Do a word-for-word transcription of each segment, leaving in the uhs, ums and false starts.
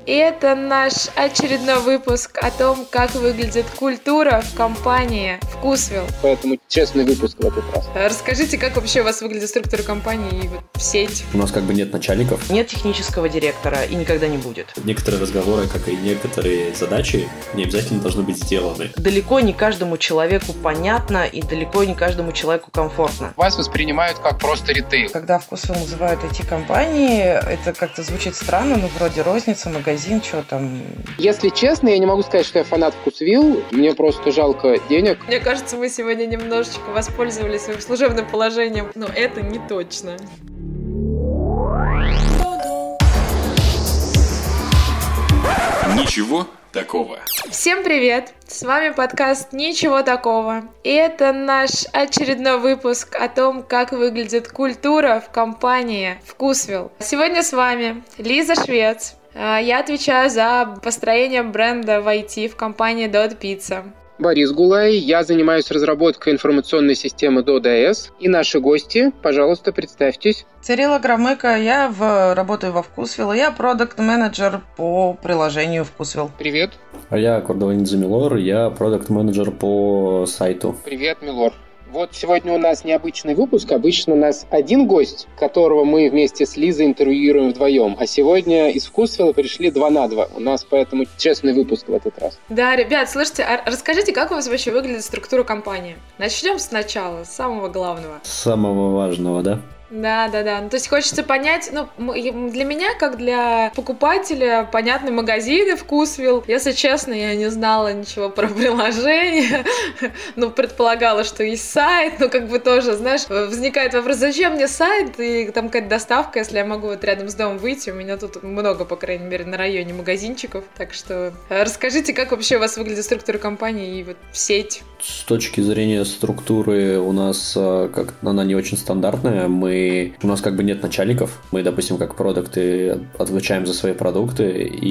И это наш очередной выпуск о том, как выглядит культура в компании Вкусвилл. Поэтому честный выпуск в этот раз. Расскажите, как вообще у вас выглядит структура компании и вот сеть? У нас как бы нет начальников. Нет технического директора и никогда не будет. Некоторые разговоры, как и некоторые задачи, не обязательно должны быть сделаны. Далеко не каждому человеку понятно и далеко не каждому человеку комфортно. Вас воспринимают как просто ритейл. Когда Вкусвилл называют ай ти-компанией, это как-то звучит странно, ну вроде розница, магазин, что там. Если честно, я не могу сказать, что я фанат Вкусвилл. Мне просто жалко денег. Мне кажется, мы сегодня немножечко воспользовались своим служебным положением, но это не точно. Ничего такого. Всем привет! С вами подкаст «Ничего такого». И это наш очередной выпуск о том, как выглядит культура в компании Вкусвилл. Сегодня с вами Лиза Швец. Я отвечаю за построение бренда в ай ти в компании Dodo Pizza. Борис Гулай, я занимаюсь разработкой информационной системы Dodo.с. И наши гости, пожалуйста, представьтесь. Цирилла Громыко, я в, работаю во Вкусвилл, я продакт-менеджер по приложению Вкусвилл. Привет. А я Кордованидзе Милор, я продакт-менеджер по сайту. Привет, Милор. Вот сегодня у нас необычный выпуск. Обычно у нас один гость, которого мы вместе с Лизой интервьюируем вдвоем. А сегодня из Вкусвилла пришли два на два. У нас поэтому честный выпуск в этот раз. Да, ребят, слушайте, а расскажите, как у вас вообще выглядит структура компании? Начнем сначала, с самого главного. С самого важного, да? Да, да, да. Ну, то есть хочется понять, ну, для меня, как для покупателя, понятны магазины Вкусвилл. Если честно, я не знала ничего про приложение. Ну, предполагала, что есть сайт. Ну, как бы тоже, знаешь, возникает вопрос, зачем мне сайт и там какая-то доставка, если я могу вот рядом с домом выйти. У меня тут много, по крайней мере, на районе магазинчиков. Так что расскажите, как вообще у вас выглядит структура компании и вот сеть? С точки зрения структуры у нас как она не очень стандартная. Мы У нас как бы нет начальников. Мы, допустим, как продукты отвечаем за свои продукты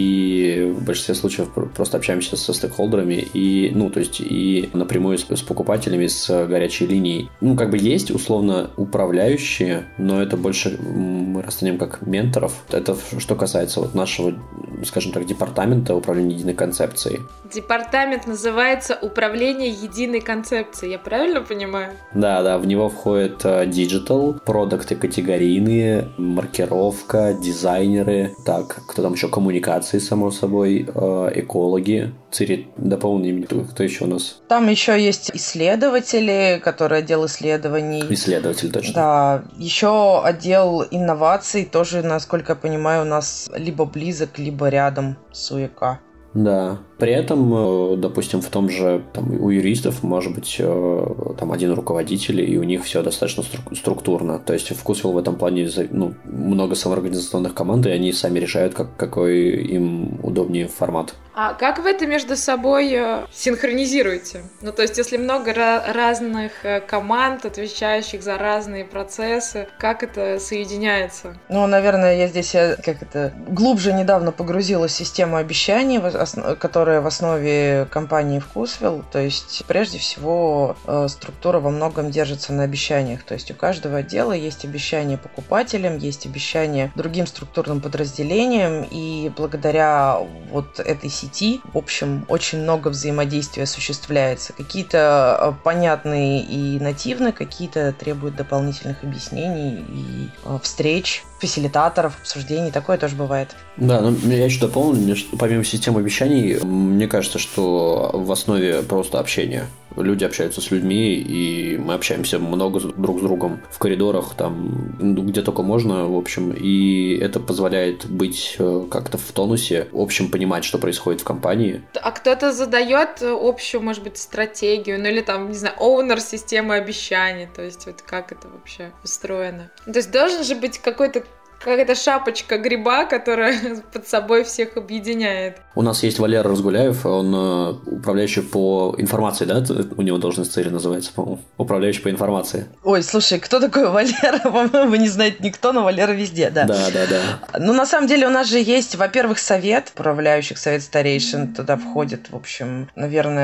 и в большинстве случаев просто общаемся со стейкхолдерами и, ну, то есть и напрямую с, с покупателями, с горячей линией. Ну, как бы есть условно управляющие, но это больше мы расценим как менторов. Это что касается вот нашего, скажем так, департамента управления единой концепцией. Департамент называется «Управление единой концепцией». Я правильно понимаю? Да, да, в него входит digital, продукты категорийные, маркировка, дизайнеры, так, кто там еще, коммуникации, само собой, экологи. Цири, дополни, кто, кто еще у нас? Там еще есть исследователи, которые отдел исследований. Исследователь, точно. Да, еще отдел инноваций, тоже, насколько я понимаю, у нас либо близок, либо рядом с УЕК. Да. При этом, допустим, в том же там, у юристов может быть там один руководитель, и у них все достаточно стру- структурно. То есть Вкусвилл в этом плане ну, много самоорганизационных команд, и они сами решают, как, какой им удобнее формат. А как вы это между собой синхронизируете? Ну, то есть, если много ra- разных команд, отвечающих за разные процессы, как это соединяется? Ну, наверное, я здесь как это глубже недавно погрузилась в систему обещаний, которая в основе компании Вкусвилл. То есть, прежде всего, структура во многом держится на обещаниях. То есть, у каждого отдела есть обещания покупателям, есть обещания другим структурным подразделениям, и благодаря вот этой сети, в общем, очень много взаимодействия осуществляется. Какие-то понятные и нативные, какие-то требуют дополнительных объяснений и встреч, фасилитаторов, обсуждений. Такое тоже бывает. Да, но я еще дополню, помимо системы обещаний, мне кажется, что в основе просто общение. Люди общаются с людьми, и мы общаемся много друг с другом в коридорах, там, где только можно, в общем, и это позволяет быть как-то в тонусе, в общем, понимать, что происходит в компании. А кто-то задает общую, может быть, стратегию, ну или там, не знаю, оунер системы обещаний, то есть вот как это вообще устроено. То есть должен же быть какой-то какая-то шапочка гриба, которая под собой всех объединяет. У нас есть Валера Разгуляев, он э, управляющий по информации, да? У него должность Цири называется, по-моему. Управляющий по информации. Ой, слушай, кто такой Валера? По-моему, не знает никто, но Валера везде, да. Да, да, да. Ну, на самом деле, у нас же есть, во-первых, совет управляющих, совет старейшин. Туда входит, в общем, наверное,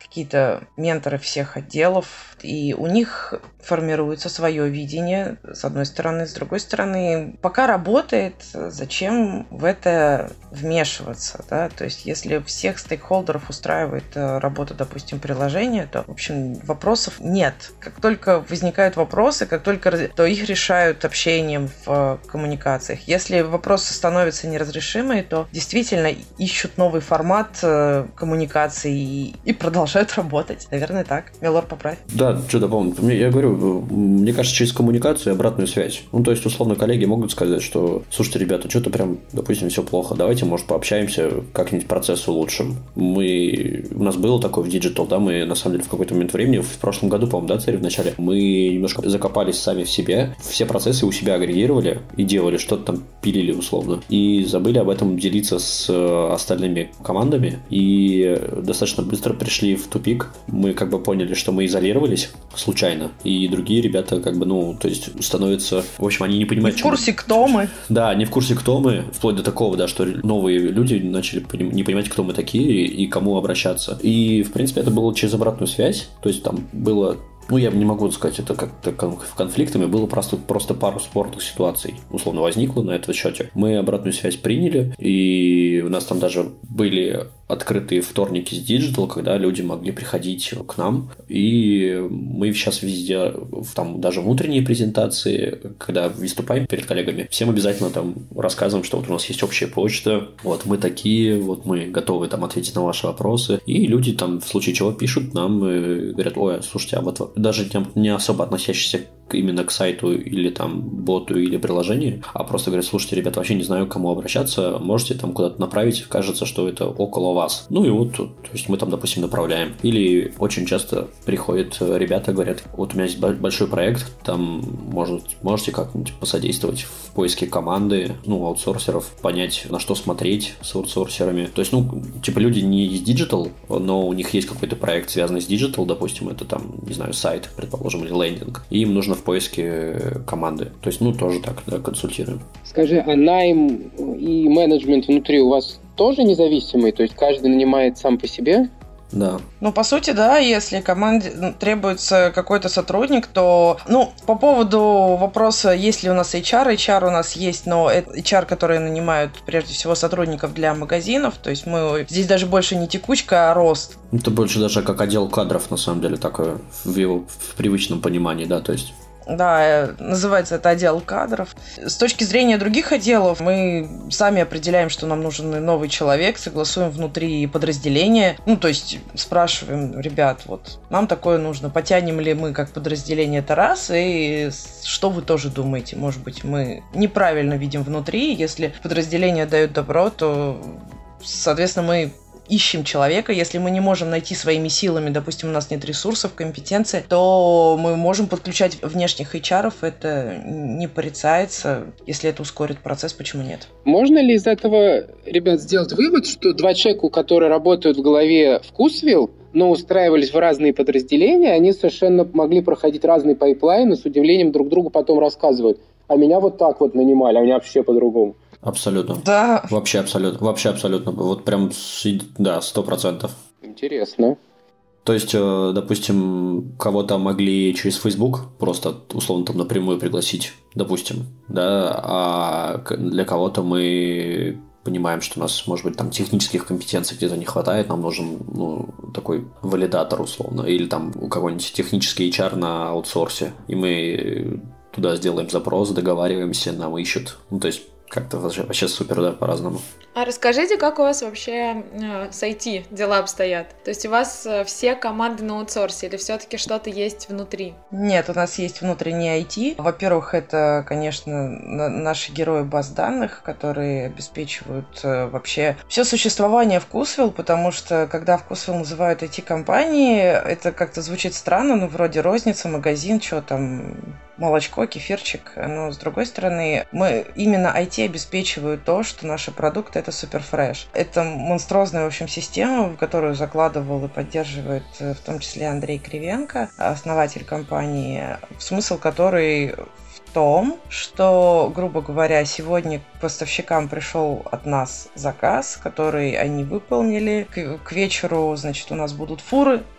какие-то менторы всех отделов, и у них формируется свое видение, с одной стороны. С другой стороны, пока работает, зачем в это вмешиваться? Да? То есть, если всех стейкхолдеров устраивает работа, допустим, приложения, то, в общем, вопросов нет. Как только возникают вопросы, как только то их решают общением в коммуникациях. Если вопросы становятся неразрешимые, то действительно ищут новый формат коммуникации и, и продолжают работать. Наверное, так. Милор, поправь. Да, что дополнить. Я говорю, мне кажется, через коммуникацию и обратную связь. Ну, то есть, условно, коллеги могут сказать, что, слушайте, ребята, что-то прям, допустим, все плохо, давайте, может, пообщаемся, как-нибудь процесс улучшим. Мы... У нас было такое в Digital, да, мы, на самом деле, в какой-то момент времени, в прошлом году, по-моему, да, Царь, в начале, мы немножко закопались сами в себе, все процессы у себя агрегировали и делали, что-то там пилили, условно, и забыли об этом делиться с остальными командами, и достаточно быстро пришли в тупик. Мы как бы поняли, что мы изолировались случайно, и другие ребята как бы, ну, то есть становятся, в общем, они не понимают, не в курсе, чем... кто мы. Да, не в курсе, кто мы, вплоть до такого, да, что новые люди начали не понимать, кто мы такие и кому обращаться. И, в принципе, это было через обратную связь, то есть там было... Ну, я не могу сказать, это как-то конфликтами, было просто, просто пару спорных ситуаций, условно, возникло на этом счете. Мы обратную связь приняли, и у нас там даже были открытые вторники с Digital, когда люди могли приходить к нам, и мы сейчас везде, там даже внутренние презентации, когда выступаем перед коллегами, всем обязательно там рассказываем, что вот у нас есть общая почта, вот мы такие, вот мы готовы там ответить на ваши вопросы, и люди там в случае чего пишут нам и говорят, ой, слушайте, а вот даже не особо относящиеся именно к сайту или там боту или приложению, а просто говорят, слушайте, ребята, вообще не знаю, к кому обращаться, можете там куда-то направить, кажется, что это около вас. Ну и вот, то есть мы там, допустим, направляем. Или очень часто приходят ребята, говорят, вот у меня есть большой проект, там может, можете как-нибудь посодействовать в поиске команды, ну, аутсорсеров, понять, на что смотреть с аутсорсерами. То есть, ну, типа люди не из Digital, но у них есть какой-то проект, связанный с Digital, допустим, это там, не знаю, сайт, предположим, или лендинг, и им нужно в поиске команды. То есть, ну, тоже так, да, консультируем. Скажи, а найм и менеджмент внутри у вас тоже независимый? То есть, каждый нанимает сам по себе? Да. Ну, по сути, да, если команде требуется какой-то сотрудник, то, ну, по поводу вопроса, есть ли у нас эйч ар, эйч ар у нас есть, но это эйч ар, которые нанимают, прежде всего, сотрудников для магазинов, то есть мы, здесь даже больше не текучка, а рост. Это больше даже как отдел кадров, на самом деле, такое, в его в привычном понимании, да, то есть... Да, называется это отдел кадров. С точки зрения других отделов, мы сами определяем, что нам нужен новый человек, согласуем внутри подразделения. Ну, то есть спрашиваем, ребят, вот нам такое нужно, потянем ли мы как подразделение это раз, и что вы тоже думаете? Может быть, мы неправильно видим внутри, если подразделение дает добро, то, соответственно, мы ищем человека. Если мы не можем найти своими силами, допустим, у нас нет ресурсов, компетенции, то мы можем подключать внешних эйч ар-ов, это не порицается. Если это ускорит процесс, почему нет? Можно ли из этого, ребят, сделать вывод, что два человека, которые работают в голове Вкусвилл, но устраивались в разные подразделения, они совершенно могли проходить разные пайплайны, с удивлением друг другу потом рассказывают, а меня вот так вот нанимали, а меня вообще по-другому. Абсолютно. Да. Вообще абсолютно. Вообще абсолютно. Вот прям, да, сто процентов. Интересно. То есть, допустим, кого-то могли через Facebook просто, условно, там напрямую пригласить, допустим, да, а для кого-то мы понимаем, что у нас, может быть, там технических компетенций где-то не хватает, нам нужен, ну, такой валидатор, условно, или там у кого-нибудь технический эйч ар на аутсорсе, и мы туда сделаем запрос, договариваемся, нам ищут, ну, то есть как-то вообще супер, да, по-разному. А расскажите, как у вас вообще э, с ай ти дела обстоят? То есть у вас э, все команды на аутсорсе или все-таки что-то есть внутри? Нет, у нас есть внутренний ай ти. Во-первых, это, конечно, наши герои баз данных, которые обеспечивают э, вообще все существование Вкусвилл, потому что когда Вкусвилл называют ай ти-компанией, это как-то звучит странно, ну, вроде розница, магазин, что там... молочко, кефирчик, но с другой стороны, мы именно ай ти обеспечивают то, что наши продукты это супер фреш. Это монструозная, в общем, система, в которую закладывал и поддерживает в том числе Андрей Кривенко, основатель компании, смысл которой в том, что, грубо говоря, сегодня к поставщикам пришел от нас заказ, который они выполнили. К, к вечеру, значит, у нас будут фуры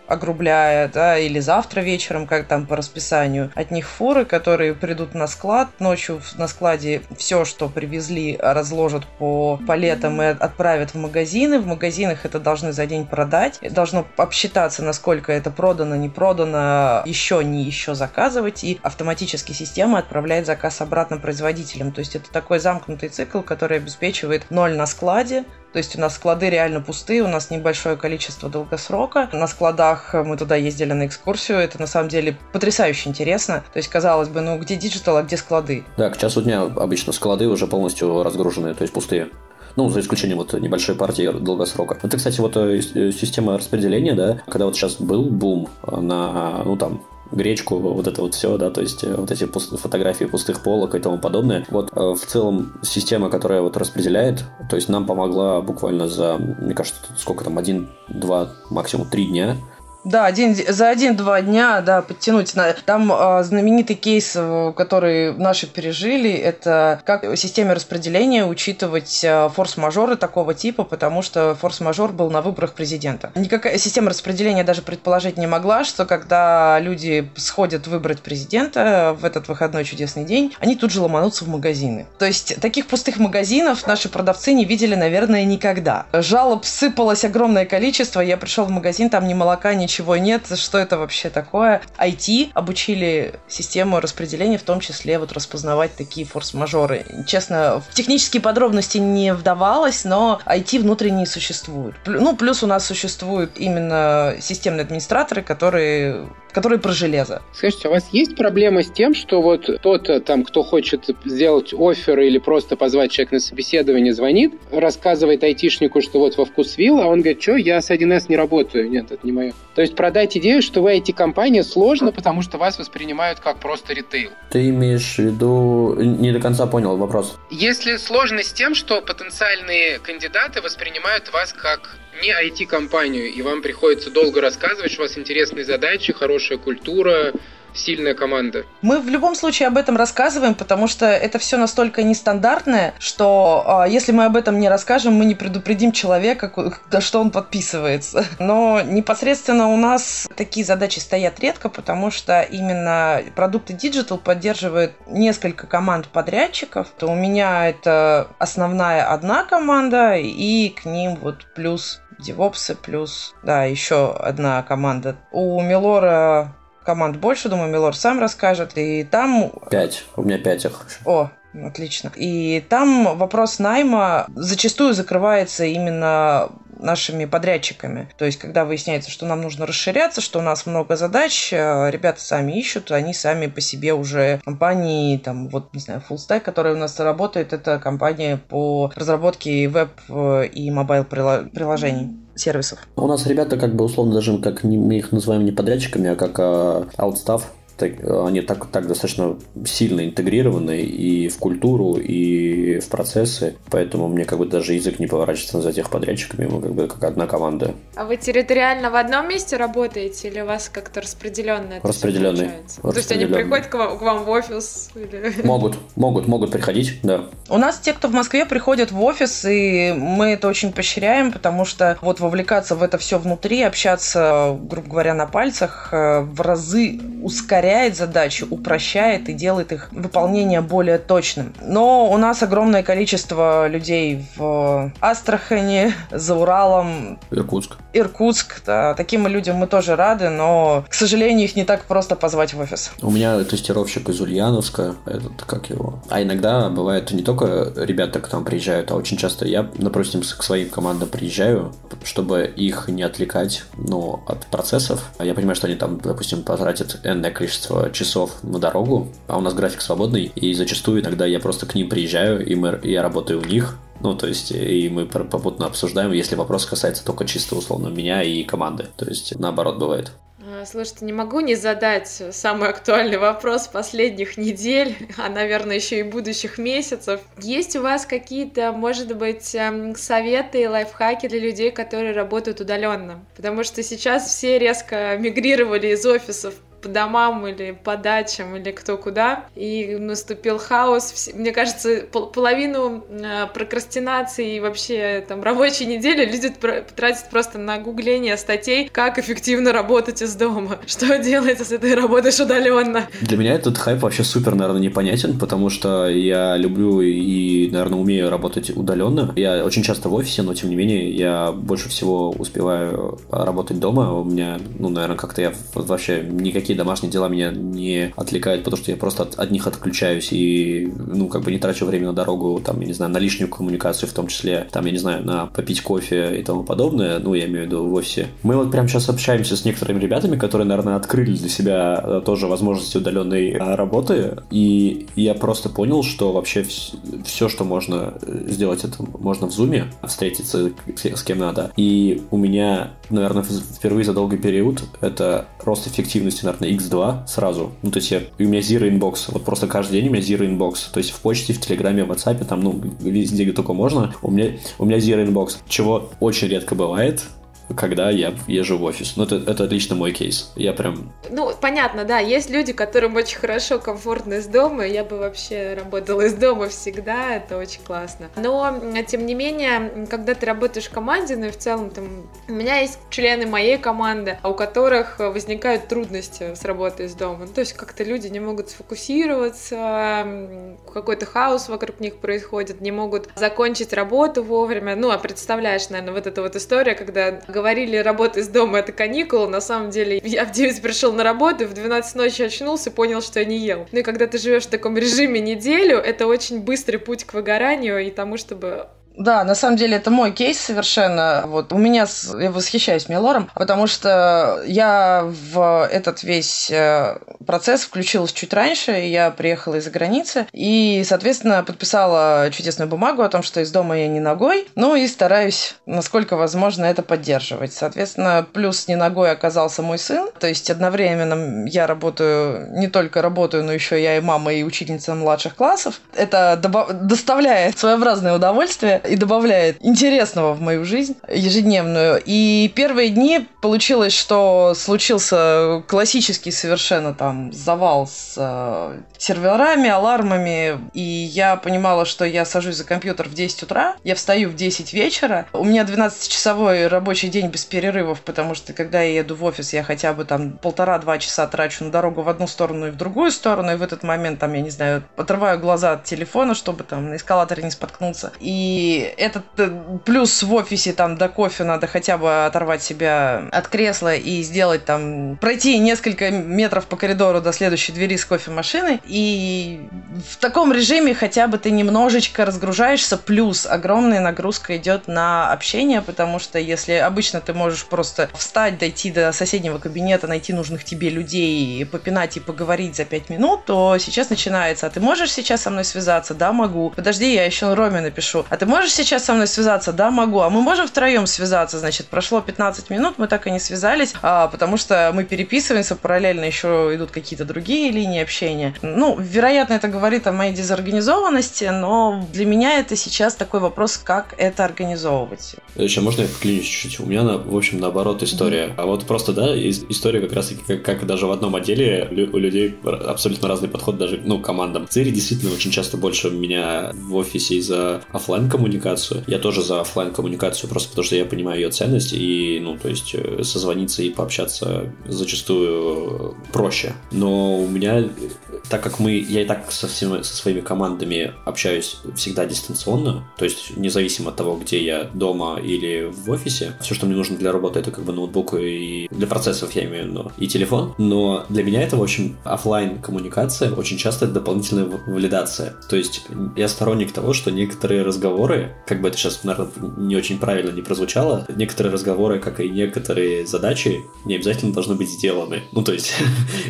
огрубляя, да, или завтра вечером, как там по расписанию. От них фуры, которые придут на склад, ночью на складе все, что привезли, разложат по палетам и отправят в магазины. В магазинах это должны за день продать. Должно обсчитаться, насколько это продано, не продано, еще не еще заказывать, и автоматически система отправляет заказ обратно производителям. То есть это такой замкнутый цикл, который обеспечивает ноль на складе. То есть у нас склады реально пустые, у нас небольшое количество долгосрока. На складах мы туда ездили на экскурсию, это на самом деле потрясающе интересно. То есть, казалось бы, ну где диджитал, а где склады? Да, к часу дня обычно склады уже полностью разгружены, то есть пустые. Ну, за исключением вот небольшой партии долгосрока. Это, кстати, вот система распределения, да, когда вот сейчас был бум на, ну, там, гречку, вот это вот все, да, то есть вот эти пуст- фотографии пустых полок и тому подобное. Вот э, в целом система, которая вот распределяет, то есть нам помогла буквально за, мне кажется, сколько там, один, два, максимум три дня. Да, один, за один-два дня, да, подтянуть. Там э, знаменитый кейс, который наши пережили, это как в системе распределения учитывать э, форс-мажоры такого типа, потому что форс-мажор был на выборах президента. Никакая система распределения даже предположить не могла, что когда люди сходят выбрать президента в этот выходной чудесный день, они тут же ломанутся в магазины. То есть таких пустых магазинов наши продавцы не видели, наверное, никогда. Жалоб сыпалось огромное количество. Я пришел в магазин, там ни молока, ничего нет, что это вообще такое? ай ти обучили систему распределения, в том числе вот распознавать такие форс-мажоры. Честно, в технические подробности не вдавалась, но ай ти внутренние существуют. Ну, плюс у нас существуют именно системные администраторы, которые... которые про железо. Скажите, у вас есть проблема с тем, что вот кто-то там, кто хочет сделать оффер или просто позвать человека на собеседование, звонит, рассказывает айтишнику, что вот во Вкусвилл, а он говорит, что, я с один эс не работаю. Нет, это не мое. То есть продать идею, что вы ай ти-компания, сложно, потому что вас воспринимают как просто ритейл. Ты имеешь в виду... Не до конца понял вопрос. Если сложность с тем, что потенциальные кандидаты воспринимают вас как не ай ти-компанию, и вам приходится долго рассказывать, что у вас интересные задачи, хорошая культура, сильная команда. Мы в любом случае об этом рассказываем, потому что это все настолько нестандартное, что э, если мы об этом не расскажем, мы не предупредим человека, на что он подписывается. Но непосредственно у нас такие задачи стоят редко, потому что именно продукты Digital поддерживают несколько команд подрядчиков. То у меня это основная одна команда, и к ним вот плюс девопсы, плюс, да, еще одна команда. У Милора команд больше, думаю, Милор сам расскажет. И там... Пять. У меня пять их. О, отлично. И там вопрос найма зачастую закрывается именно нашими подрядчиками. То есть, когда выясняется, что нам нужно расширяться, что у нас много задач, ребята сами ищут, они сами по себе уже компании, там, вот, не знаю, Full Stack, которая у нас работает, это компания по разработке веб- и мобайл-приложений. Сервисов. У нас ребята как бы условно даже, как не, мы их называем не подрядчиками, а как а, аутстаф. Так, они так, так достаточно сильно интегрированы и в культуру, и в процессы, поэтому мне как бы даже язык не поворачивается назвать их подрядчиками, мы как бы как одна команда. А вы территориально в одном месте работаете или у вас как-то распределенно это Распределенный. То есть они приходят к вам, к вам в офис? Или... Могут, могут, могут приходить, да. У нас те, кто в Москве, приходят в офис, и мы это очень поощряем, потому что вот вовлекаться в это все внутри, общаться, грубо говоря, на пальцах, в разы ускоряет задачи, упрощает и делает их выполнение более точным. Но у нас огромное количество людей в Астрахани, за Уралом. Иркутск. Иркутск, да. Таким людям мы тоже рады, но, к сожалению, их не так просто позвать в офис. У меня тестировщик из Ульяновска, этот, как его. А иногда бывает не только ребята к нам приезжают, а очень часто я, допустим, к своим командам приезжаю, чтобы их не отвлекать, ну, от процессов. Я понимаю, что они там, допустим, потратят энное количество часов на дорогу, а у нас график свободный, и зачастую иногда я просто к ним приезжаю, и, мы, и я работаю у них, ну, то есть, и мы попутно обсуждаем, если вопрос касается только чисто, условно, меня и команды, то есть, наоборот бывает. Слушайте, не могу не задать самый актуальный вопрос последних недель, а, наверное, еще и будущих месяцев. Есть у вас какие-то, может быть, советы и лайфхаки для людей, которые работают удаленно? Потому что сейчас все резко мигрировали из офисов по домам или по дачам, или кто куда, и наступил хаос. Мне кажется, половину прокрастинации и вообще там рабочей недели люди тратят просто на гугление статей, как эффективно работать из дома, что делать, если ты работаешь удаленно. Для меня этот хайп вообще супер, наверное, непонятен, потому что я люблю и, наверное, умею работать удаленно. Я очень часто в офисе, но тем не менее я больше всего успеваю работать дома. У меня, ну, наверное, как-то я вообще никакие домашние дела меня не отвлекают, потому что я просто от, от них отключаюсь и, ну, как бы не трачу время на дорогу, там, я не знаю, на лишнюю коммуникацию, в том числе, там, я не знаю, на попить кофе и тому подобное, ну, я имею в виду в офисе. Мы вот прямо сейчас общаемся с некоторыми ребятами, которые, наверное, открыли для себя тоже возможности удаленной работы, и я просто понял, что вообще все, что можно сделать, это можно в Зуме, встретиться с кем надо. И у меня, наверное, впервые за долгий период это рост эффективности, наверное, икс два сразу. Ну, то есть я, у меня Zero Inbox, вот просто каждый день у меня Zero Inbox, то есть в почте, в Телеграме, в WhatsApp, там, ну, везде, где только можно, у меня, у меня Zero Inbox, чего очень редко бывает, когда я езжу в офис. Ну, это, это лично мой кейс. Я прям... Ну, понятно, да, есть люди, которым очень хорошо, комфортно из дома, я бы вообще работала из дома всегда, это очень классно. Но, тем не менее, когда ты работаешь в команде, ну и в целом, там, у меня есть члены моей команды, у которых возникают трудности с работой из дома. Ну, то есть как-то люди не могут сфокусироваться, какой-то хаос вокруг них происходит, не могут закончить работу вовремя. Ну, а представляешь, наверное, вот эта вот история, когда говорили, работа из дома — это каникулы, на самом деле я в девять пришел на работу, в двенадцать ночи очнулся и понял, что я не ел. Ну и когда ты живешь в таком режиме неделю, это очень быстрый путь к выгоранию и тому, чтобы... Да, на самом деле это мой кейс совершенно. Вот у меня, я восхищаюсь Милором, потому что я в этот весь процесс включилась чуть раньше, я приехала из-за границы и, соответственно, подписала чудесную бумагу о том, что из дома я не ногой, ну и стараюсь, насколько возможно, это поддерживать. Соответственно, плюс не ногой оказался мой сын, то есть одновременно я работаю, не только работаю, но еще я и мама, и учительница младших классов. Это добав... доставляет своеобразное удовольствие и добавляет интересного в мою жизнь ежедневную. И первые дни получилось, что случился классический совершенно там завал с э, серверами, алармами, и я понимала, что я сажусь за компьютер в десять утра, я встаю в десять вечера, у меня двенадцатичасовой рабочий день без перерывов, потому что когда я еду в офис, я хотя бы там полтора-два часа трачу на дорогу в одну сторону и в другую сторону, и в этот момент там, я не знаю, отрываю глаза от телефона, чтобы там на эскалаторе не споткнуться. И этот плюс в офисе там до кофе надо хотя бы оторвать себя от кресла и сделать там, пройти несколько метров по коридору до следующей двери с кофемашиной. И в таком режиме хотя бы ты немножечко разгружаешься, плюс огромная нагрузка идет на общение, потому что если обычно ты можешь просто встать, дойти до соседнего кабинета, найти нужных тебе людей, попинать и поговорить за пять минут, то сейчас начинается: а ты можешь сейчас со мной связаться? Да, могу. Подожди, я еще Роме напишу. А ты можешь сейчас со мной связаться? Да, могу. А мы можем втроем связаться? Значит, прошло пятнадцать минут, мы так и не связались, а, потому что мы переписываемся, параллельно еще идут какие-то другие линии общения. Ну, вероятно, это говорит о моей дезорганизованности, но для меня это сейчас такой вопрос, как это организовывать. Еще можно я вклинюсь чуть-чуть? У меня, в общем, наоборот история. Mm-hmm. А вот просто, да, история как раз как, как даже в одном отделе у людей абсолютно разный подход даже, ну, к командам. Цели действительно очень часто больше у меня в офисе из-за офлайн-коммуникации. Я тоже за офлайн-коммуникацию, просто потому что я понимаю ее ценность, и, ну, то есть, созвониться и пообщаться зачастую проще. Но у меня, так как мы, я и так со, всеми, со своими командами общаюсь всегда дистанционно, то есть, независимо от того, где я, дома или в офисе, все, что мне нужно для работы, это как бы ноутбук и для процессов, я имею в виду, и телефон. Но для меня это, в общем, офлайн-коммуникация очень часто это дополнительная валидация. То есть, я сторонник того, что некоторые разговоры, как бы это сейчас, наверное, не очень правильно не прозвучало, некоторые разговоры, как и некоторые задачи, не обязательно должны быть сделаны. Ну, то есть,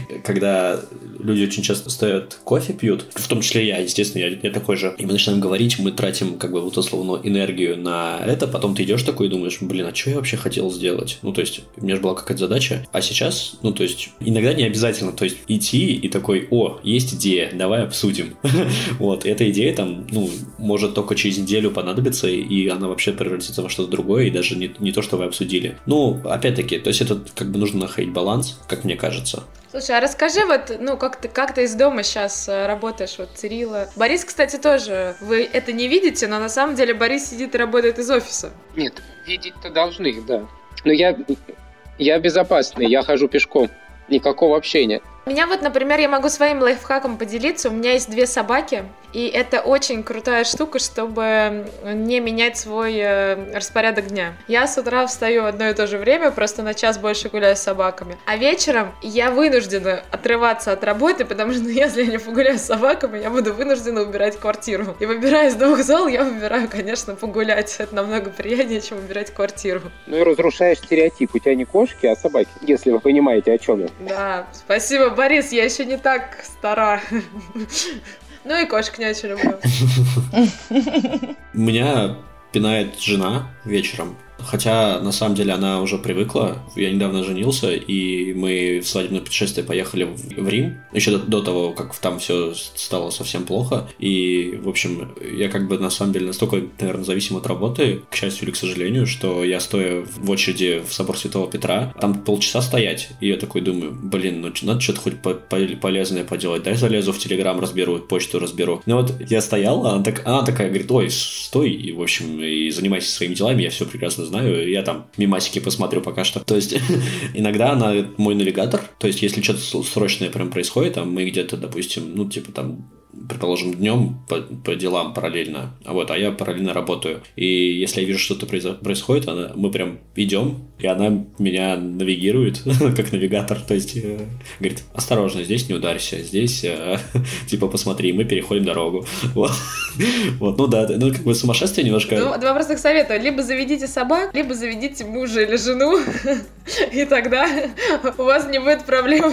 когда люди очень часто стоят кофе пьют, в том числе я, естественно, я, я такой же, и мы начинаем говорить, мы тратим, как бы, вот условно, энергию на это, потом ты идешь такой и думаешь, блин, а что я вообще хотел сделать? Ну, то есть, у меня же была какая-то задача, а сейчас, ну, то есть, иногда не обязательно, то есть, идти и такой, о, есть идея, давай обсудим. Вот, эта идея там, ну, может только через неделю понадобится, и она вообще превратится во что-то другое, и даже не, не то, что вы обсудили. Ну, опять-таки, то есть, это как бы нужно находить баланс, как мне кажется. Слушай, а расскажи вот, ну, как ты, как ты из дома сейчас работаешь, вот, Цирила. Борис, кстати, тоже, вы это не видите, но на самом деле Борис сидит и работает из офиса. Нет, видеть-то должны, да. Но я, я безопасный, я хожу пешком. Никакого общения. Меня вот, например, я могу своим лайфхаком поделиться. У меня есть две собаки, и это очень крутая штука, чтобы не менять свой э, распорядок дня. Я с утра встаю в одно и то же время, просто на час больше гуляю с собаками. А вечером я вынуждена отрываться от работы, потому что если я не погуляю с собаками, я буду вынуждена убирать квартиру. И выбирая из двух зол, я выбираю, конечно, погулять. Это намного приятнее, чем убирать квартиру. Ну и разрушаешь стереотип. У тебя не кошки, а собаки, если вы понимаете, о чем я. Да, спасибо, Борис, я еще не так стара. Ну и кошек не очень люблю. Меня пинает жена вечером. Хотя, на самом деле, она уже привыкла. Я недавно женился, и мы в свадебное путешествие поехали в Рим. Еще до, до того, как там все стало совсем плохо. И, в общем, я как бы, на самом деле, настолько, наверное, зависим от работы, к счастью или к сожалению, что я, стоя в очереди в собор Святого Петра, там полчаса стоять. И я такой думаю, блин, ну надо что-то хоть по- по- полезное поделать. Дай залезу в Телеграм, разберу, почту разберу. Ну вот я стоял, она, так, она такая говорит, ой, стой, и, в общем, и занимайся своими делами, я все прекрасно знаю, я там мемасики посмотрю пока что. То есть иногда она мой навигатор, то есть если что-то срочное прям происходит, там мы где-то, допустим, ну типа там, предположим, днем по, по делам параллельно, а вот, а я параллельно работаю. И если я вижу, что-то происходит, она, мы прям идем, и она меня навигирует, как навигатор, то есть э, говорит, осторожно, здесь не ударься, здесь, э, типа, посмотри, мы переходим дорогу. Вот, вот ну да, ну как бы сумасшествие немножко. Ну, два простых совета. Либо заведите собак, либо заведите мужа или жену, и тогда у вас не будет проблем.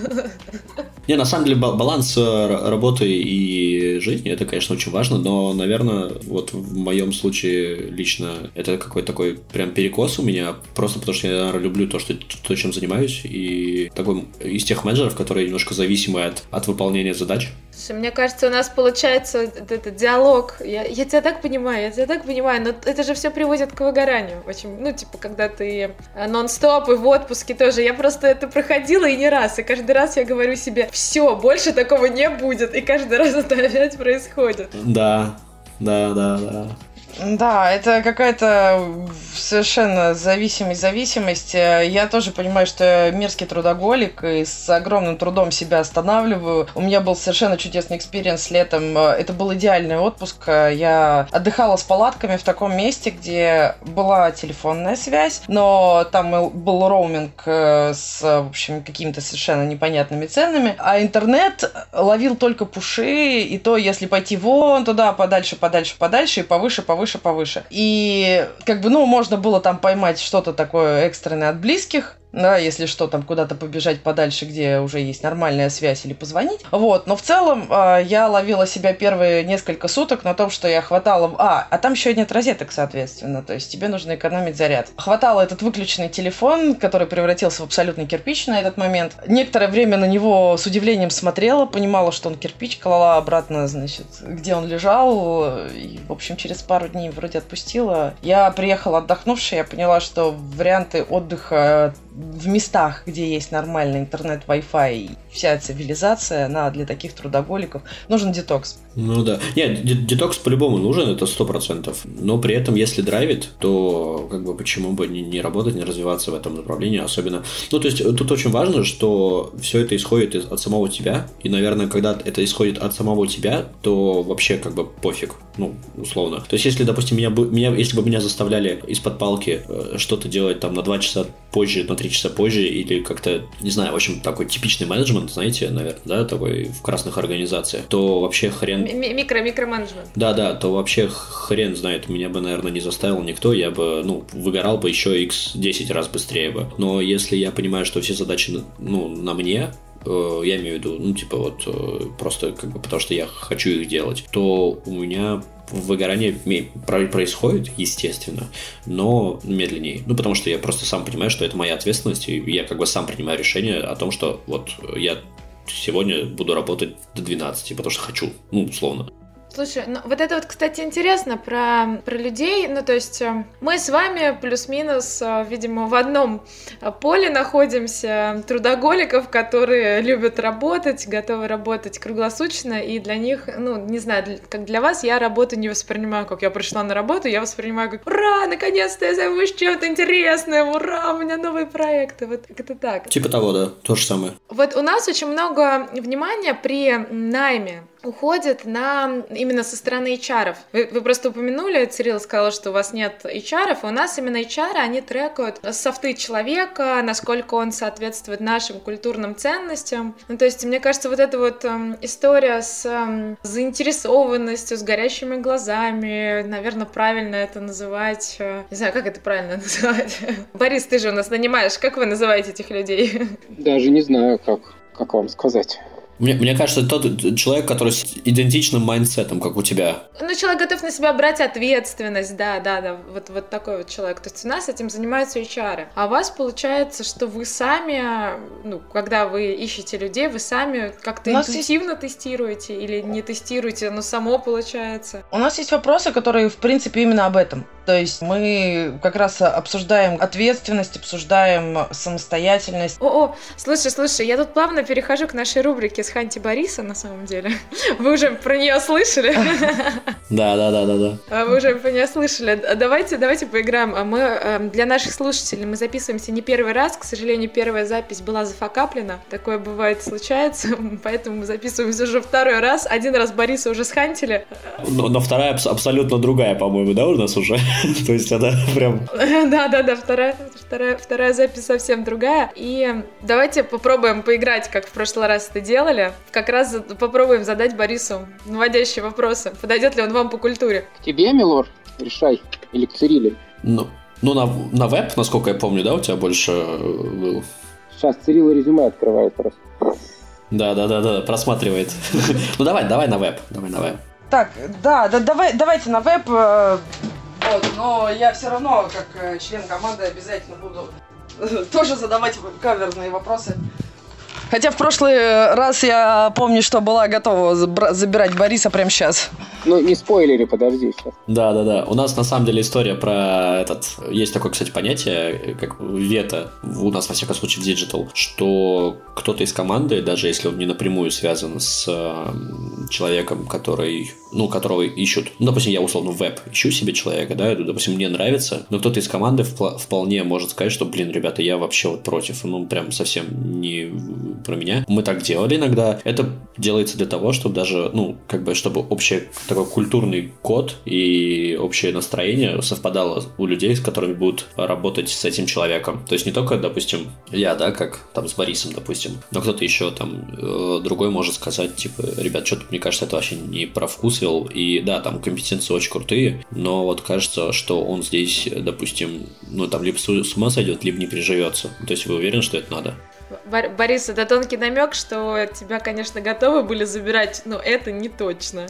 Не, на самом деле баланс работы и жизни, это, конечно, очень важно, но, наверное, вот в моем случае лично это какой-то такой прям перекос у меня, просто потому что я, наверное, люблю то, что, то, чем занимаюсь, и такой из тех менеджеров, которые немножко зависимы от, от выполнения задач. Слушай, мне кажется, у нас получается этот диалог. Я, я тебя так понимаю, я тебя так понимаю, но это же все приводит к выгоранию. Очень, ну, типа, когда ты нон-стоп и в отпуске тоже. Я просто это проходила и не раз, и каждый раз я говорю себе, все, больше такого не будет, и каждый раз это опять происходит. Да, да, да, да. Да, это какая-то совершенно зависимость-зависимость. Я тоже понимаю, что я мерзкий трудоголик и с огромным трудом себя останавливаю. У меня был совершенно чудесный экспириенс летом. Это был идеальный отпуск. Я отдыхала с палатками в таком месте, где была телефонная связь, но там был роуминг с, в общем, какими-то совершенно непонятными ценами, а интернет ловил только пуши, и то, если пойти вон туда, подальше, подальше, подальше, и повыше, повыше, Повыше, повыше. И как бы, ну, можно было там поймать что-то такое экстренное от близких, да, если что, там куда-то побежать подальше, где уже есть нормальная связь, или позвонить. Вот, но в целом э, я ловила себя первые несколько суток на том, что я хватала... А, а там еще нет розеток, соответственно, то есть тебе нужно экономить заряд. Хватала этот выключенный телефон, который превратился в абсолютный кирпич на этот момент. Некоторое время на него с удивлением смотрела, понимала, что он кирпич, клала обратно, значит, где он лежал, и, в общем, через пару дней вроде отпустила. Я приехала отдохнувшая, я поняла, что варианты отдыха в местах, где есть нормальный интернет, Wi-Fi и вся цивилизация, она для таких трудоголиков нужен детокс. Ну да. Нет, детокс по-любому нужен, это сто процентов. Но при этом, если драйвит, то как бы почему бы не, не работать, не развиваться в этом направлении, особенно... Ну, то есть тут очень важно, что все это исходит от самого тебя, и, наверное, когда это исходит от самого тебя, то вообще как бы пофиг, ну, условно. То есть если, допустим, меня, меня, если бы меня заставляли из-под палки что-то делать там на два часа позже, на три часа позже, или как-то, не знаю, в общем, такой типичный менеджмент, знаете, наверное, да, такой в красных организациях, то вообще хрен... Микро-микроменеджмент. Да-да, то вообще хрен знает, меня бы, наверное, не заставил никто, я бы, ну, выгорал бы еще икс десять раз быстрее бы. Но если я понимаю, что все задачи, ну, на мне, э, я имею в виду, ну, типа вот, э, просто как бы потому что я хочу их делать, то у меня выгорание происходит, естественно, но медленнее. Ну, потому что я просто сам понимаю, что это моя ответственность, и я как бы сам принимаю решение о том, что вот я сегодня буду работать до двенадцати, потому что хочу, ну, условно. Слушай, ну вот это вот, кстати, интересно про, про людей. Ну, то есть мы с вами плюс-минус, видимо, в одном поле находимся, трудоголиков, которые любят работать, готовы работать круглосуточно, и для них, ну, не знаю, как для вас, я работу не воспринимаю, как я пришла на работу, я воспринимаю как «Ура, наконец-то я займусь чем-то интересным! Ура, у меня новые проекты!» Вот как-то так. Типа того, да, то же самое. Вот у нас очень много внимания при найме уходит на именно со стороны эйч ар-ов. Вы, вы просто упомянули, Цирилл сказал, что у вас нет эйч ар-ов, а у нас именно эйч ар, они трекают софты человека, насколько он соответствует нашим культурным ценностям. Ну, то есть, мне кажется, вот эта вот э, история с э, заинтересованностью, с горящими глазами, наверное, правильно это называть... Э, не знаю, как это правильно называть. Борис, ты же у нас нанимаешь, как вы называете этих людей? Даже не знаю, как, как вам сказать. Мне, мне кажется, это тот человек, который с идентичным майндсетом, как у тебя. Ну, человек готов на себя брать ответственность, да, да, да, вот, вот такой вот человек. То есть у нас этим занимаются эйч ар. А у вас получается, что вы сами, ну, когда вы ищете людей, вы сами как-то интуитивно есть... тестируете или не тестируете, но само получается? У нас есть вопросы, которые, в принципе, именно об этом. То есть мы как раз обсуждаем ответственность, обсуждаем самостоятельность. О-о, слушай, слушай, я тут плавно перехожу к нашей рубрике с Ханти Бориса, на самом деле. Вы уже про нее слышали? Да, да, да, да, да. Вы уже про нее слышали. Давайте, давайте поиграем. Мы для наших слушателей мы записываемся не первый раз. К сожалению, первая запись была зафакаплена. Такое бывает, случается. Поэтому мы записываемся уже второй раз. Один раз Бориса уже схантили. Но, но вторая абсолютно другая, по-моему, да, у нас уже? То есть она прям... Да-да-да, вторая, вторая, вторая запись совсем другая. И давайте попробуем поиграть, как в прошлый раз это делали. Как раз попробуем задать Борису наводящие вопросы. Подойдет ли он вам по культуре? К тебе, Милор? Решай. Или к Цирилле? Ну, ну на, на веб, насколько я помню, да, у тебя больше был? Сейчас Цирилл резюме открывает просто. Да-да-да, просматривает. Ну давай, давай на веб. Давай на веб. Так, да, да давай, давайте на веб. Вот, но я все равно, как член команды, обязательно буду тоже задавать каверзные вопросы. Хотя в прошлый раз я помню, что была готова забирать Бориса прямо сейчас. Ну, не спойлери, подожди сейчас. Да-да-да. У нас, на самом деле, история про этот... Есть такое, кстати, понятие, как вето, у нас, во всяком случае, в Digital, что кто-то из команды, даже если он не напрямую связан с человеком, который... Ну, которого ищут... Ну, допустим, я, условно, в веб ищу себе человека, да, допустим, мне нравится, но кто-то из команды вполне может сказать, что, блин, ребята, я вообще вот против, ну, прям совсем не... про меня. Мы так делали иногда. Это делается для того, чтобы даже, ну, как бы, чтобы общий такой культурный код и общее настроение совпадало у людей, с которыми будут работать с этим человеком. То есть не только, допустим, я, да, как там с Борисом, допустим, но кто-то еще там э, другой может сказать, типа, ребят, что-то, мне кажется, это вообще не про вкусвилл, и да, там компетенции очень крутые, но вот кажется, что он здесь, допустим, ну, там либо с ума сойдет, либо не приживется. То есть вы уверены, что это надо? Борис, это тонкий намек, что тебя, конечно, готовы были забирать, но это не точно.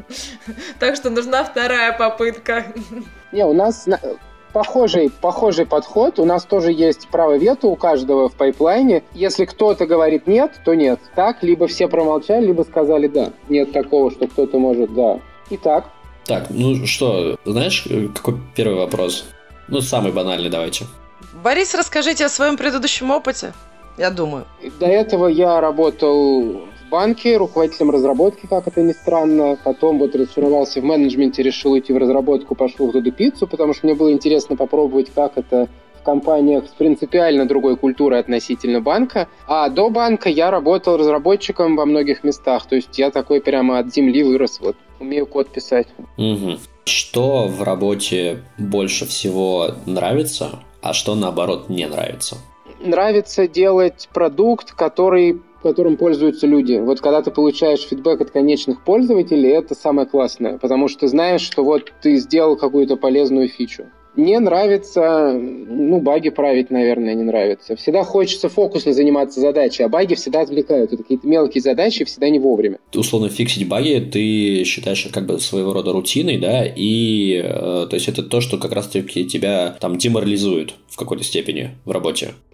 Так что нужна вторая попытка. Не, у нас похожий, похожий подход. У нас тоже есть право вето у каждого в пайплайне. Если кто-то говорит нет, то нет. Так, либо все промолчали, либо сказали да. Нет такого, что кто-то может да. Итак. Так, ну что, знаешь, какой первый вопрос? Ну, самый банальный, давайте. Борис, расскажите о своем предыдущем опыте. Я думаю. До этого я работал в банке руководителем разработки, как это ни странно. Потом вот разочаровался в менеджменте, решил уйти в разработку, пошел в Додо Пиццу, потому что мне было интересно попробовать, как это в компаниях с принципиально другой культурой относительно банка. А до банка я работал разработчиком во многих местах. То есть я такой прямо от земли вырос. Вот умею код писать. Угу. Что в работе больше всего нравится, а что наоборот не нравится? Нравится делать продукт, который, которым пользуются люди. Вот когда ты получаешь фидбэк от конечных пользователей, это самое классное, потому что ты знаешь, что вот ты сделал какую-то полезную фичу. Не нравится, ну, баги править, наверное, не нравится. Всегда хочется фокусно заниматься задачей, а баги всегда отвлекают. Это какие-то мелкие задачи, всегда не вовремя. Условно, фиксить баги ты считаешь как бы своего рода рутиной, да, и э, то есть это то, что как раз-таки тебя там деморализует в какой-то степени в работе.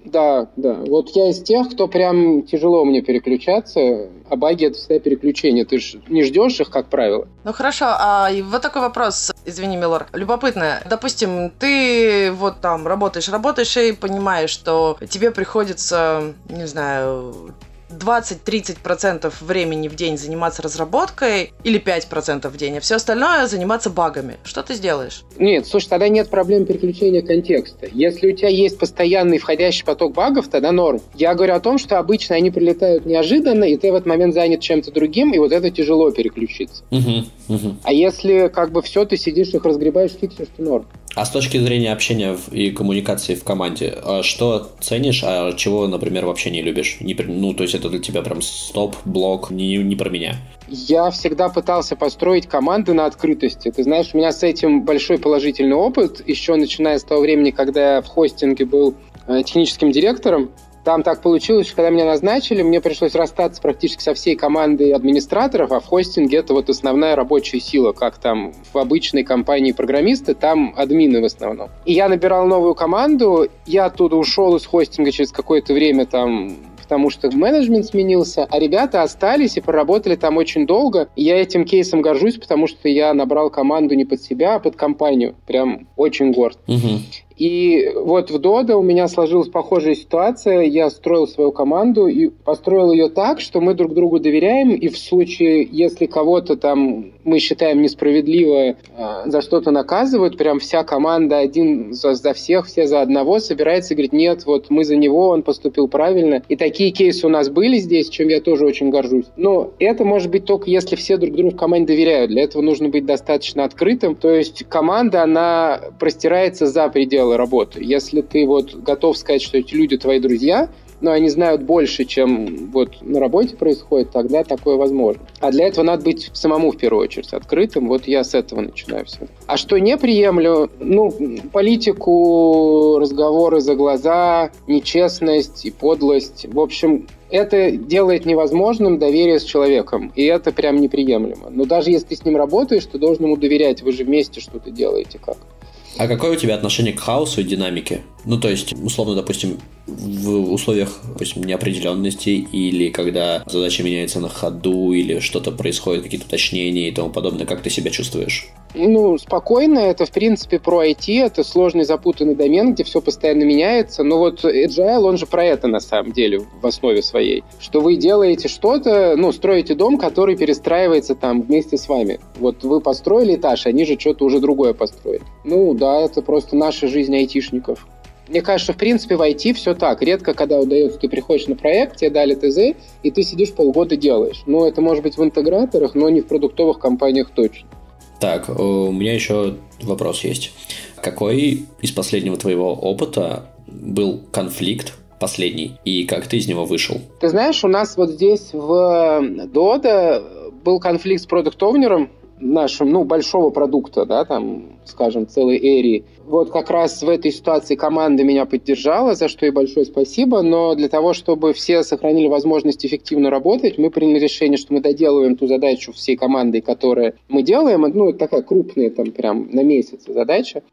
Да, да. Вот я из тех, кто прям тяжело мне переключаться, а баги — это всегда переключение. Ты же не ждешь их, как правило. Ну хорошо, а вот такой вопрос, извини, Милор, любопытно. Допустим, ты вот там работаешь, работаешь и понимаешь, что тебе приходится, не знаю, двадцать-тридцать процентов времени в день заниматься разработкой или пять процентов в день, а все остальное заниматься багами. Что ты сделаешь? Нет, слушай, тогда нет проблем переключения контекста. Если у тебя есть постоянный входящий поток багов, тогда норм. Я говорю о том, что обычно они прилетают неожиданно, и ты в этот момент занят чем-то другим, и вот это тяжело переключиться. Угу, угу. А если как бы все, ты сидишь, их разгребаешь, фиксишь, то норм. А с точки зрения общения и коммуникации в команде, что ценишь, а чего, например, вообще не любишь? Не, ну, то есть это для тебя прям стоп, блок, не, не про меня. Я всегда пытался построить команды на открытости. Ты знаешь, у меня с этим большой положительный опыт, еще начиная с того времени, когда я в хостинге был э, техническим директором. Там так получилось, что когда меня назначили, мне пришлось расстаться практически со всей командой администраторов, а в хостинге это вот основная рабочая сила, как там в обычной компании программисты, там админы в основном. И я набирал новую команду, я оттуда ушел из хостинга через какое-то время там, потому что менеджмент сменился, а ребята остались и проработали там очень долго. И я этим кейсом горжусь, потому что я набрал команду не под себя, а под компанию. Прям очень горд. Угу. И вот в Dodo у меня сложилась похожая ситуация. Я строил свою команду и построил ее так, что мы друг другу доверяем, и в случае, если кого-то там мы считаем несправедливо э, за что-то наказывают, прям вся команда один за, за всех, все за одного собирается и говорит: нет, вот мы за него, он поступил правильно. И такие кейсы у нас были здесь, чем я тоже очень горжусь. Но это может быть только если все друг другу в команде доверяют. Для этого нужно быть достаточно открытым. То есть команда, она простирается за пределы работы. Если ты вот готов сказать, что эти люди твои друзья, но они знают больше, чем вот на работе происходит, тогда такое возможно. А для этого надо быть самому в первую очередь открытым. Вот я с этого начинаю все. А что не приемлю? Ну, политику, разговоры за глаза, нечестность и подлость. В общем, это делает невозможным доверие с человеком, и это прям неприемлемо. Но даже если ты с ним работаешь, ты должен ему доверять. Вы же вместе что-то делаете как. А какое у тебя отношение к хаосу и динамике? Ну, то есть, условно, допустим, в условиях, допустим, неопределенности или когда задача меняется на ходу или что-то происходит, какие-то уточнения и тому подобное, как ты себя чувствуешь? Ну, спокойно. Это, в принципе, про ай ти. Это сложный, запутанный домен, где все постоянно меняется. Но вот Agile, он же про это, на самом деле, в основе своей. Что вы делаете что-то, ну, строите дом, который перестраивается там вместе с вами. Вот вы построили этаж, они же что-то уже другое построили. Ну, да, это просто наша жизнь айтишников. Мне кажется, в принципе, в ай ти все так. Редко, когда удается, ты приходишь на проект, тебе дали ТЗ, и ты сидишь полгода делаешь. Ну, это может быть в интеграторах, но не в продуктовых компаниях точно. Так, у меня еще вопрос есть. Какой из последнего твоего опыта был конфликт последний, и как ты из него вышел? Ты знаешь, у нас вот здесь в Dodo был конфликт с продукт-овнером нашим, ну, большого продукта, да, там, скажем, целой эри. Вот как раз в этой ситуации команда меня поддержала, за что ей большое спасибо, но для того, чтобы все сохранили возможность эффективно работать, мы приняли решение, что мы доделываем ту задачу всей командой, которую мы делаем, ну, это такая крупная, там, прям на месяц задача,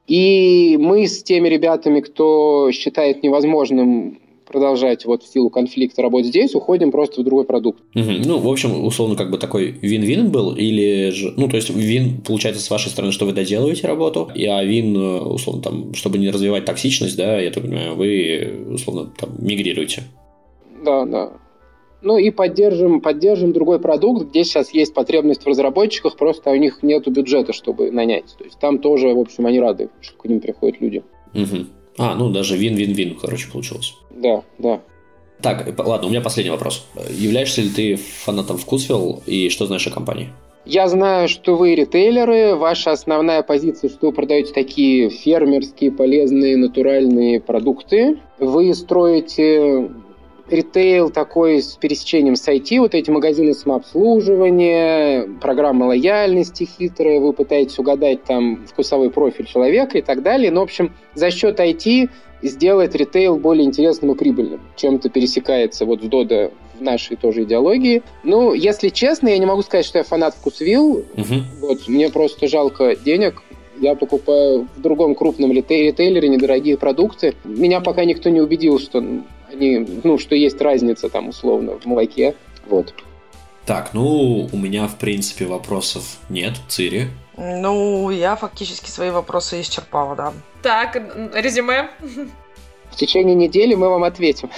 и мы с теми ребятами, кто считает невозможным продолжать вот в силу конфликта работать здесь, уходим просто в другой продукт. Угу. Ну, в общем, условно, как бы такой вин-вин был, или же, ну, то есть вин получается с вашей стороны, что вы доделываете работу, а вин, условно, там, чтобы не развивать токсичность, да, я так понимаю, вы, условно, там, мигрируете. Да, да. Ну и поддержим, поддержим другой продукт, где сейчас есть потребность в разработчиках, просто у них нет бюджета, чтобы нанять. То есть там тоже, в общем, они рады, что к ним приходят люди. Угу. А, ну даже вин-вин-вин, короче, получилось. Да, да. Так, ладно, у меня последний вопрос. Являешься ли ты фанатом Вкусвилл и что знаешь о компании? Я знаю, что вы ритейлеры, ваша основная позиция, что вы продаете такие фермерские, полезные, натуральные продукты. Вы строите ритейл такой с пересечением с ай ти, вот эти магазины самообслуживания, программа лояльности хитрая, вы пытаетесь угадать там вкусовой профиль человека и так далее. Но, в общем, за счет ай ти сделать ритейл более интересным и прибыльным. Чем-то пересекается вот в Dodo в нашей тоже идеологии. Ну, если честно, я не могу сказать, что я фанат Вкусвилл. Угу. Вот, мне просто жалко денег Я покупаю в другом крупном ритейлере недорогие продукты. Меня пока никто не убедил, что они, ну, что есть разница там условно в молоке. Вот. Так, ну, у меня, в принципе, вопросов нет. Цири? Ну, я фактически свои вопросы исчерпала, да. Так, резюме? В течение недели мы вам ответим.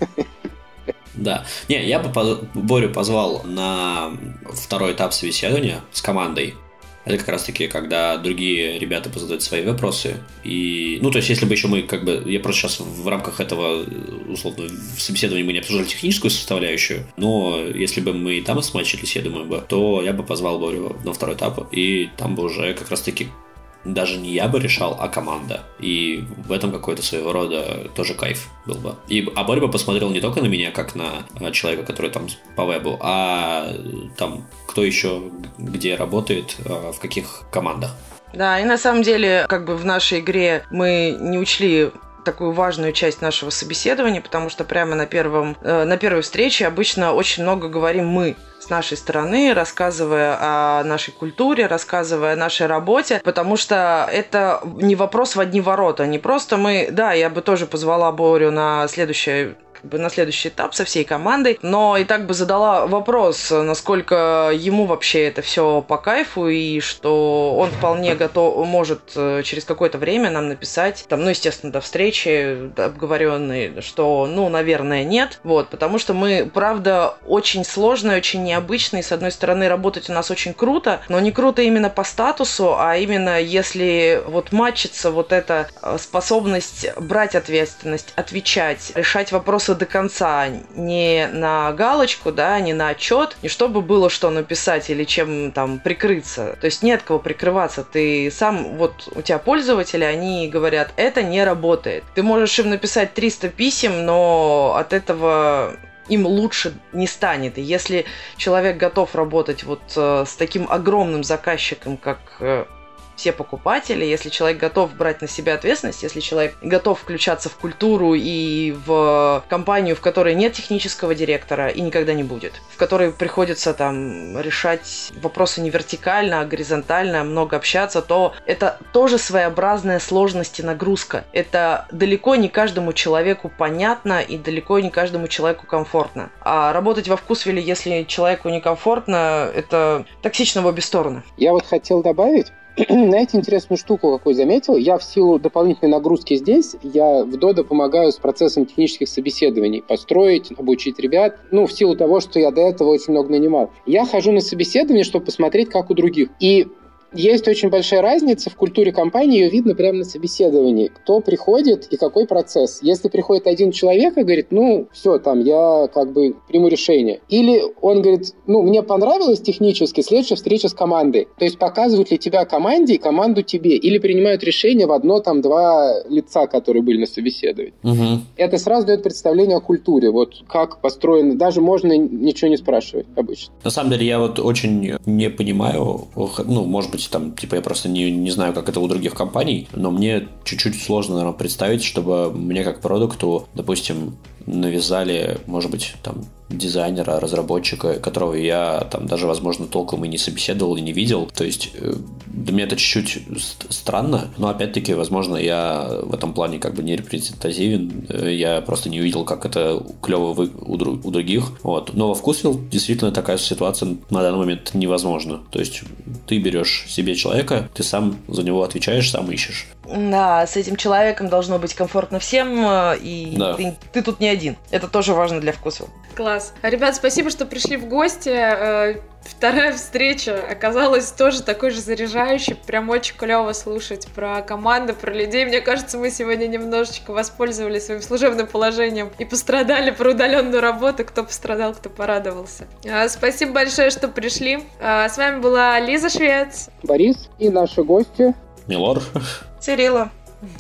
Да. Не, я бы Борю позвал на второй этап собеседования с командой. Это как раз-таки, когда другие ребята позадают свои вопросы. И, ну, то есть, если бы еще мы, как бы, я просто сейчас в рамках этого, условно, собеседования мы не обсуждали техническую составляющую, но если бы мы и там смачились, я думаю, бы, то я бы позвал Борю на второй этап, и там бы уже как раз-таки даже не я бы решал, а команда. И в этом какой-то своего рода тоже кайф был бы. И, а Боря бы посмотрел не только на меня, как на человека, который там по вебу, а там кто еще где работает, в каких командах. Да, и на самом деле, как бы в нашей игре мы не учли такую важную часть нашего собеседования, потому что прямо на, первом, э, на первой встрече обычно очень много говорим мы с нашей стороны, рассказывая о нашей культуре, рассказывая о нашей работе, потому что это не вопрос в одни ворота, не просто мы... Да, я бы тоже позвала Борю на следующее... Как бы на следующий этап со всей командой, но и так бы задала вопрос, насколько ему вообще это все по кайфу, и что он вполне готов, может через какое-то время нам написать, там, ну, естественно, до встречи обговоренной, что, ну, наверное, нет, вот, потому что мы, правда, очень сложно, очень необычно, и, с одной стороны, работать у нас очень круто, но не круто именно по статусу, а именно если вот матчится вот эта способность брать ответственность, отвечать, решать вопросы до конца, не на галочку, да, не на отчет, не чтобы было что написать или чем там прикрыться. То есть нет кого прикрываться. Ты сам, вот у тебя пользователи, они говорят, это не работает. Ты можешь им написать триста писем, но от этого им лучше не станет. И если человек готов работать вот э, с таким огромным заказчиком, как... Э, все покупатели, если человек готов брать на себя ответственность, если человек готов включаться в культуру и в компанию, в которой нет технического директора и никогда не будет, в которой приходится там решать вопросы не вертикально, а горизонтально, много общаться, то это тоже своеобразная сложность и нагрузка. Это далеко не каждому человеку понятно и далеко не каждому человеку комфортно. А работать во Вкусвилле, если человеку некомфортно, это токсично в обе стороны. Я вот хотел добавить, знаете, интересную штуку какую заметил? Я в силу дополнительной нагрузки здесь, я в Додо помогаю с процессом технических собеседований, построить, обучить ребят, ну, в силу того, что я до этого очень много нанимал. Я хожу на собеседование, чтобы посмотреть, как у других. И есть очень большая разница в культуре компании, ее видно прямо на собеседовании. Кто приходит и какой процесс. Если приходит один человек и говорит, ну, все, там, я как бы приму решение. Или он говорит, ну, мне понравилось технически, следующая встреча с командой. То есть показывают ли тебя команде и команду тебе. Или принимают решение в одно, там, два лица, которые были на собеседовании. Угу. Это сразу дает представление о культуре. Вот как построено. Даже можно ничего не спрашивать обычно. На самом деле, я вот очень не понимаю, ну, может быть, там, типа, я просто не, не знаю, как это у других компаний, но мне чуть-чуть сложно, наверное, представить, чтобы мне как продукту, допустим, навязали, может быть, там, дизайнера, разработчика, которого я там даже, возможно, толком и не собеседовал, и не видел. То есть для меня это чуть-чуть странно, но опять-таки, возможно, я в этом плане как бы не репрезентативен, я просто не увидел, как это клево у, друг, у других. Вот. Но во Вкусвилл действительно такая ситуация на данный момент невозможна. То есть ты берешь себе человека, ты сам за него отвечаешь, сам ищешь. Да, с этим человеком должно быть комфортно всем, и да. ты, ты тут не один. Это тоже важно для Вкусвилл. Класс. Ребят, спасибо, что пришли в гости. Вторая встреча оказалась тоже такой же заряжающей. Прям очень клево слушать про команду, про людей. Мне кажется, мы сегодня немножечко воспользовались своим служебным положением и пострадали про удаленную работу. Кто пострадал, кто порадовался. Спасибо большое, что пришли. С вами была Лиза Швец, Борис и наши гости Милор, Цирилла.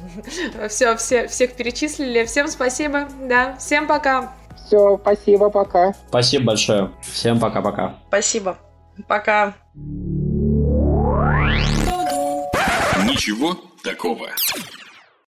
Все, все, всех перечислили. Всем спасибо. Да, всем пока. Все, спасибо, пока. Спасибо большое. Всем пока-пока. Спасибо. Пока. Ничего такого.